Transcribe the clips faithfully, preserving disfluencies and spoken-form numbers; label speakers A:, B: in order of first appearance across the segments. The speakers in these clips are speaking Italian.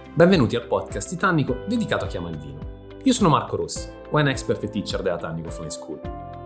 A: Benvenuti al podcast di Tannico dedicato a chi ama il vino. Io sono Marco Rossi, wine expert e teacher della Tannico Fine School.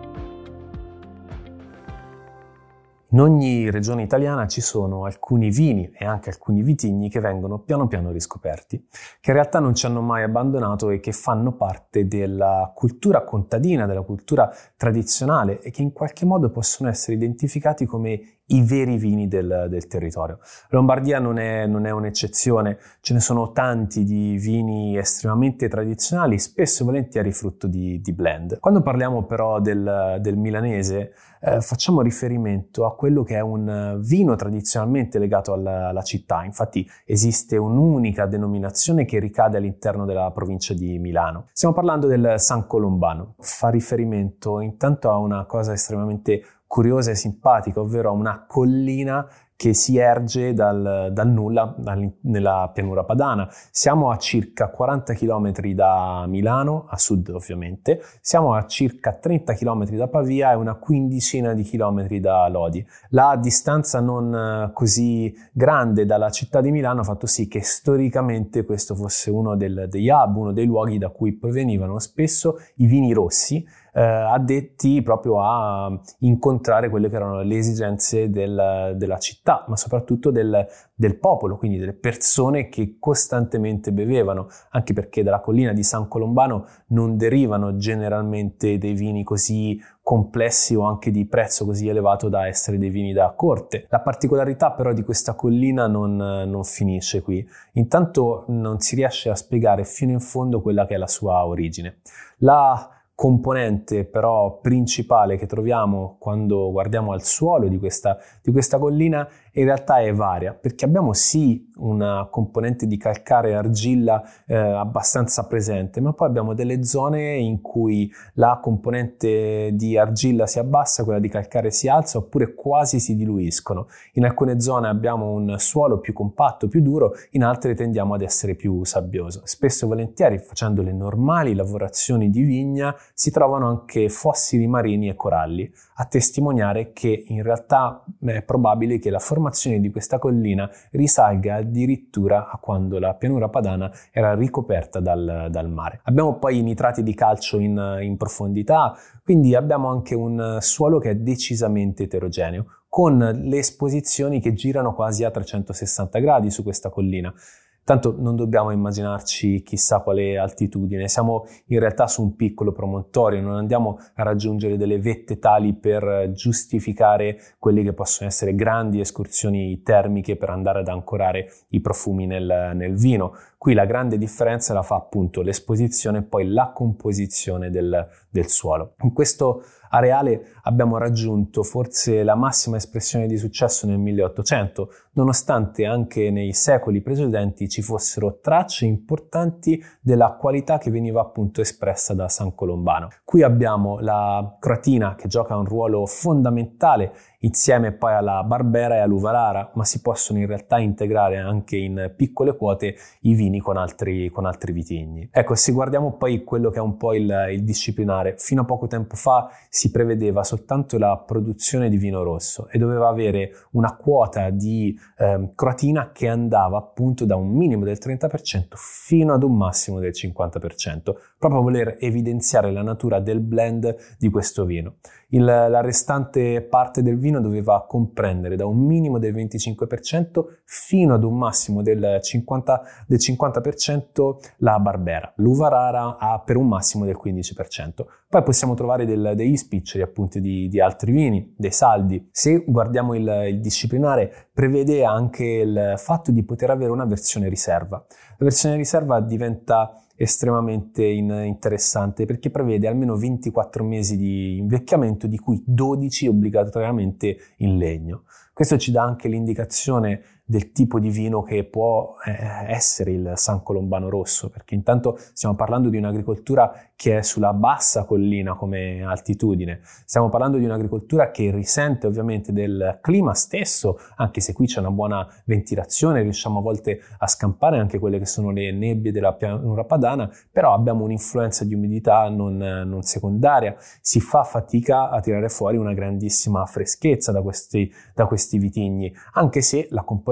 A: In ogni regione italiana ci sono alcuni vini e anche alcuni vitigni che vengono piano piano riscoperti, che in realtà non ci hanno mai abbandonato e che fanno parte della cultura contadina, della cultura tradizionale e che in qualche modo possono essere identificati come i veri vini del, del territorio. Lombardia non è, non è un'eccezione, ce ne sono tanti di vini estremamente tradizionali, spesso e volentieri frutto di, di blend. Quando parliamo però del, del milanese, eh, facciamo riferimento a quello che è un vino tradizionalmente legato alla, alla città. Infatti esiste un'unica denominazione che ricade all'interno della provincia di Milano. Stiamo parlando del San Colombano. Fa riferimento intanto a una cosa estremamente curiosa e simpatica, ovvero a una collina che si erge dal, dal nulla nella pianura padana. Siamo a circa quaranta chilometri da Milano, a sud ovviamente, siamo a circa trenta chilometri da Pavia e una quindicina di chilometri da Lodi. La distanza non così grande dalla città di Milano ha fatto sì che storicamente questo fosse uno del, degli hub, uno dei luoghi da cui provenivano spesso i vini rossi, Eh, addetti proprio a incontrare quelle che erano le esigenze del, della città, ma soprattutto del, del popolo, quindi delle persone che costantemente bevevano, anche perché dalla collina di San Colombano non derivano generalmente dei vini così complessi o anche di prezzo così elevato da essere dei vini da corte. La particolarità però di questa collina non, non finisce qui. Intanto non si riesce a spiegare fino in fondo quella che è la sua origine. La componente però principale che troviamo quando guardiamo al suolo di questa, di questa collina in realtà è varia, perché abbiamo sì una componente di calcare e argilla eh, abbastanza presente, ma poi abbiamo delle zone in cui la componente di argilla si abbassa, quella di calcare si alza oppure quasi si diluiscono. In alcune zone abbiamo un suolo più compatto, più duro, in altre tendiamo ad essere più sabbioso. Spesso e volentieri, facendo le normali lavorazioni di vigna, si trovano anche fossili marini e coralli, a testimoniare che in realtà è probabile che la formazione di questa collina risalga addirittura a quando la pianura padana era ricoperta dal, dal mare. Abbiamo poi i nitrati di calcio in, in profondità, quindi abbiamo anche un suolo che è decisamente eterogeneo, con le esposizioni che girano quasi a trecentosessanta gradi su questa collina. Tanto non dobbiamo immaginarci chissà quale altitudine, siamo in realtà su un piccolo promontorio, non andiamo a raggiungere delle vette tali per giustificare quelle che possono essere grandi escursioni termiche per andare ad ancorare i profumi nel, nel vino. Qui la grande differenza la fa appunto l'esposizione e poi la composizione del, del suolo. In questo areale abbiamo raggiunto forse la massima espressione di successo nel milleottocento, nonostante anche nei secoli precedenti ci fossero tracce importanti della qualità che veniva appunto espressa da San Colombano. Qui abbiamo la croatina che gioca un ruolo fondamentale insieme poi alla Barbera e all'Uvarara, ma si possono in realtà integrare anche in piccole quote i vini con altri, con altri vitigni. Ecco, se guardiamo poi quello che è un po' il, il disciplinare, fino a poco tempo fa si prevedeva soltanto la produzione di vino rosso e doveva avere una quota di eh, croatina che andava appunto da un minimo del trenta per cento fino ad un massimo del cinquanta per cento, proprio a voler evidenziare la natura del blend di questo vino. Il, la restante parte del vino doveva comprendere da un minimo del venticinque per cento fino ad un massimo del cinquanta, del cinquanta per cento la Barbera. L'Uvarara ha per un massimo del quindici per cento. Poi possiamo trovare del, degli spiccioli appunto di, di altri vini, dei saldi. Se guardiamo il, il disciplinare, prevede anche il fatto di poter avere una versione riserva. La versione riserva diventa estremamente in, interessante perché prevede almeno ventiquattro mesi di invecchiamento, di cui dodici obbligatoriamente in legno. Questo ci dà anche l'indicazione del tipo di vino che può eh, essere il San Colombano rosso, perché intanto stiamo parlando di un'agricoltura che è sulla bassa collina come altitudine, stiamo parlando di un'agricoltura che risente ovviamente del clima stesso, anche se qui c'è una buona ventilazione, riusciamo a volte a scampare anche quelle che sono le nebbie della pianura padana, però abbiamo un'influenza di umidità non, non secondaria, si fa fatica a tirare fuori una grandissima freschezza da questi, da questi vitigni, anche se la componente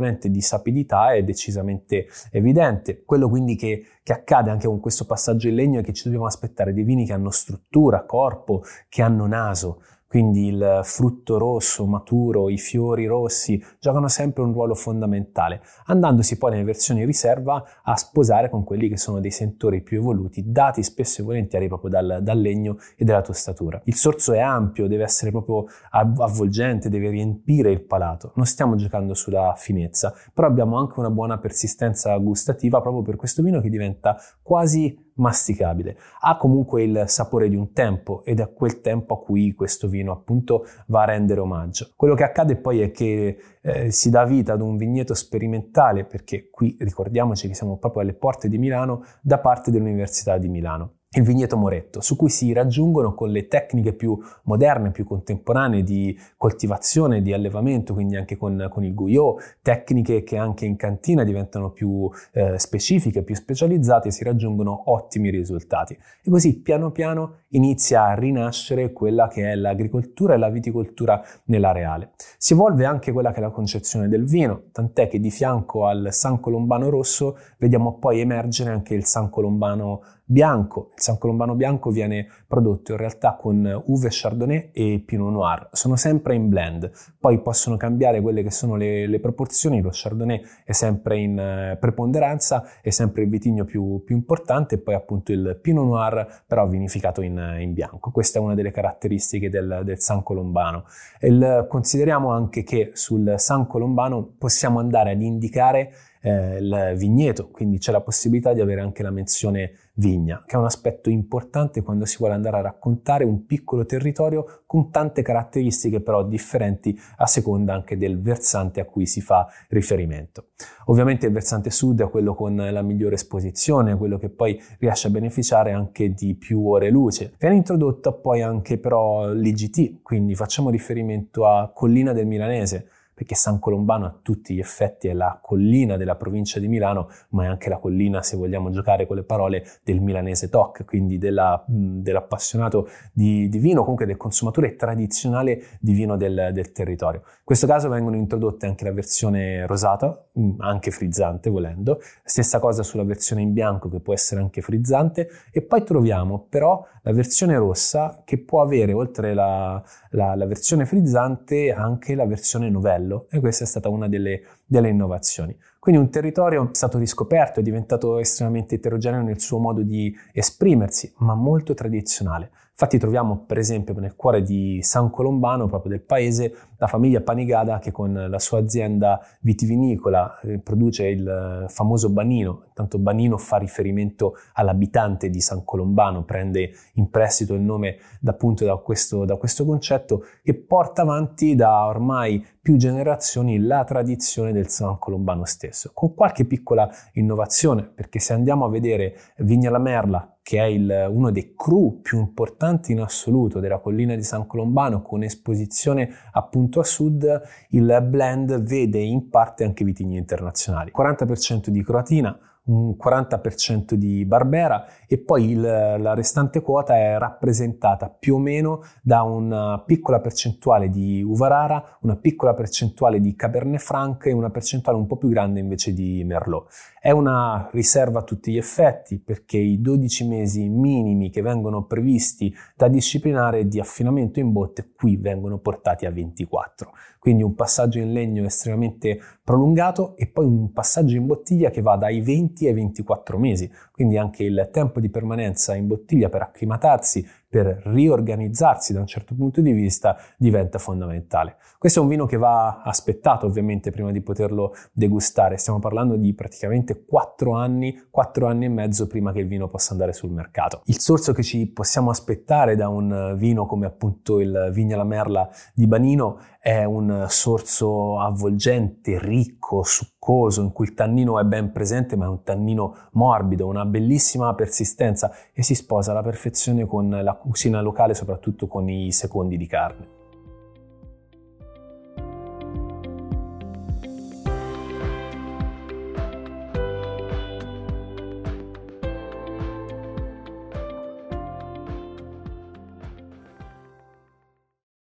A: componente di sapidità è decisamente evidente. Quello quindi che, che accade anche con questo passaggio in legno è che ci dobbiamo aspettare dei vini che hanno struttura, corpo, che hanno naso. Quindi il frutto rosso maturo, i fiori rossi giocano sempre un ruolo fondamentale, andandosi poi nelle versioni riserva a sposare con quelli che sono dei sentori più evoluti, dati spesso e volentieri proprio dal, dal legno e dalla tostatura. Il sorso è ampio, deve essere proprio avvolgente, deve riempire il palato. Non stiamo giocando sulla finezza, però abbiamo anche una buona persistenza gustativa proprio per questo vino che diventa quasi masticabile. Ha comunque il sapore di un tempo ed è quel tempo a cui questo vino appunto va a rendere omaggio. Quello che accade poi è che eh, si dà vita ad un vigneto sperimentale, perché qui ricordiamoci che siamo proprio alle porte di Milano, da parte dell'Università di Milano. Il vigneto Moretto, su cui si raggiungono con le tecniche più moderne, più contemporanee di coltivazione, di allevamento, quindi anche con, con il Guyot, tecniche che anche in cantina diventano più eh, specifiche, più specializzate, e si raggiungono ottimi risultati. E così piano piano inizia a rinascere quella che è l'agricoltura e la viticoltura nell'areale. Si evolve anche quella che è la concezione del vino, tant'è che di fianco al San Colombano rosso vediamo poi emergere anche il San Colombano bianco. Il San Colombano bianco viene prodotto in realtà con uve Chardonnay e Pinot Noir, sono sempre in blend, poi possono cambiare quelle che sono le, le proporzioni. Lo Chardonnay è sempre in eh, preponderanza, è sempre il vitigno più, più importante, e poi appunto il Pinot Noir però vinificato in, in bianco. Questa è una delle caratteristiche del, del San Colombano. Il, consideriamo anche che sul San Colombano possiamo andare ad indicare eh, il vigneto, quindi c'è la possibilità di avere anche la menzione vigna, che è un aspetto importante quando si vuole andare a raccontare un piccolo territorio con tante caratteristiche però differenti a seconda anche del versante a cui si fa riferimento. Ovviamente il versante sud è quello con la migliore esposizione, quello che poi riesce a beneficiare anche di più ore luce. Viene introdotta poi anche però l'I G T, quindi facciamo riferimento a Collina del Milanese, perché San Colombano a tutti gli effetti è la collina della provincia di Milano, ma è anche la collina, se vogliamo giocare con le parole, del milanese toc, quindi della, dell'appassionato di, di vino, comunque del consumatore tradizionale di vino del, del territorio. In questo caso vengono introdotte anche la versione rosata, anche frizzante volendo, stessa cosa sulla versione in bianco che può essere anche frizzante, e poi troviamo però la versione rossa che può avere, oltre la, la, la versione frizzante, anche la versione novello, e questa è stata una delle, delle innovazioni. Quindi un territorio è stato riscoperto, è diventato estremamente eterogeneo nel suo modo di esprimersi, ma molto tradizionale. Infatti troviamo per esempio nel cuore di San Colombano, proprio del paese, la famiglia Panigada che con la sua azienda vitivinicola eh, produce il famoso Banino. Intanto Banino fa riferimento all'abitante di San Colombano, prende in prestito il nome da, appunto da questo, da questo concetto, e porta avanti da ormai più generazioni la tradizione del San Colombano stesso, con qualche piccola innovazione, perché se andiamo a vedere Vigna La Merla, che è il, uno dei cru più importanti in assoluto della collina di San Colombano, con esposizione appunto a sud, il blend vede in parte anche vitigni internazionali. quaranta per cento di Croatina, un quaranta per cento di Barbera, e poi il, la restante quota è rappresentata più o meno da una piccola percentuale di uva rara, una piccola percentuale di Cabernet Franc e una percentuale un po' più grande invece di Merlot. È una riserva a tutti gli effetti, perché i dodici mesi minimi che vengono previsti da disciplinare di affinamento in botte qui vengono portati a ventiquattro. Quindi un passaggio in legno estremamente prolungato e poi un passaggio in bottiglia che va dai venti ai ventiquattro mesi. Quindi anche il tempo di permanenza in bottiglia per acclimatarsi, per riorganizzarsi da un certo punto di vista, diventa fondamentale. Questo è un vino che va aspettato ovviamente prima di poterlo degustare. Stiamo parlando di praticamente quattro anni, quattro anni e mezzo prima che il vino possa andare sul mercato. Il sorso che ci possiamo aspettare da un vino come appunto il Vigna La Merla di Banino è un sorso avvolgente, ricco, succoso, in cui il tannino è ben presente, ma è un tannino morbido, una bellissima persistenza, e si sposa alla perfezione con la cucina locale, soprattutto con i secondi di carne.